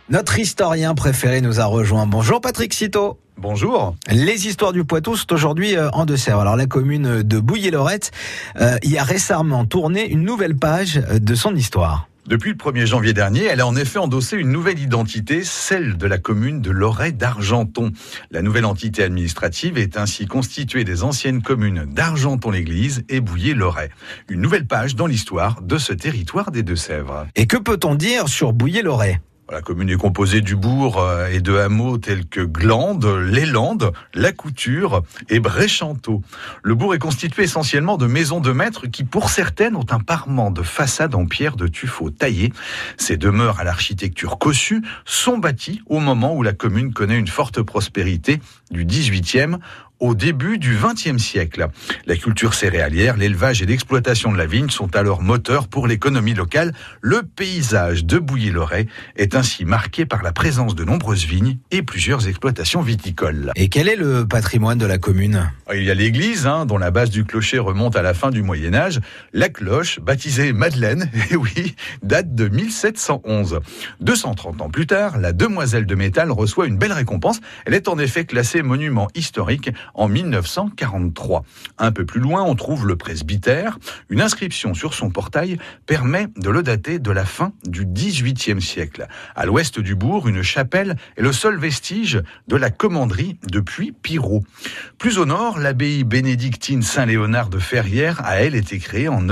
Notre historien préféré nous a rejoint. Bonjour Patrick Citeau. Bonjour. Les histoires du Poitou sont aujourd'hui en Deux-Sèvres. Alors la commune de Bouillé-Lorette y a récemment tourné une nouvelle page de son histoire. Depuis le 1er janvier dernier, elle a en effet endossé une nouvelle identité, celle de la commune de Loret d'Argenton. La nouvelle entité administrative est ainsi constituée des anciennes communes d'Argenton-l'Église et Bouillé-Lorette. Une nouvelle page dans l'histoire de ce territoire des Deux-Sèvres. Et que peut-on dire sur Bouillé-Lorette ? La commune est composée du bourg et de hameaux tels que Glandes, Les Landes, La Couture et Bréchanteau. Le bourg est constitué essentiellement de maisons de maître qui, pour certaines, ont un parement de façade en pierre de tuffeau taillé. Ces demeures à l'architecture cossue sont bâties au moment où la commune connaît une forte prospérité du 18e au début du XXe siècle. La culture céréalière, l'élevage et l'exploitation de la vigne sont alors moteurs pour l'économie locale. Le paysage de Bouillé-Lorette est ainsi marqué par la présence de nombreuses vignes et plusieurs exploitations viticoles. Et quel est le patrimoine de la commune ? Il y a l'église, dont la base du clocher remonte à la fin du Moyen-Âge. La cloche, baptisée Madeleine, et oui, date de 1711. 230 ans plus tard, la demoiselle de métal reçoit une belle récompense. Elle est en effet classée monument historique en 1943. Un peu plus loin, on trouve le presbytère. Une inscription sur son portail permet de le dater de la fin du XVIIIe siècle. À l'ouest du bourg, une chapelle est le seul vestige de la commanderie depuis Pirot. Plus au nord, l'abbaye bénédictine Saint-Léonard de Ferrières a, elle, été créée en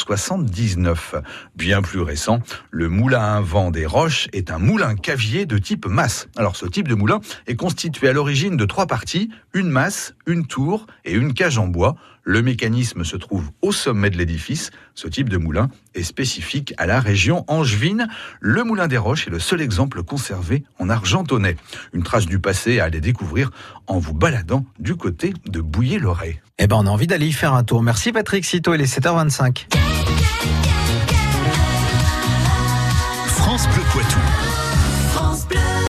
979. Bien plus récent, le moulin à vent des Roches est un moulin cavier de type masse. Alors, ce type de moulin est constitué à l'origine de 3 parties, une masse, une tour et une cage en bois. Le mécanisme se trouve au sommet de l'édifice. Ce type de moulin est spécifique à la région angevine. Le moulin des Roches est le seul exemple conservé en argentonnais. Une trace du passé à aller découvrir en vous baladant du côté de Bouillé-Lorette. On a envie d'aller y faire un tour. Merci Patrick Citeau, il est 7h25.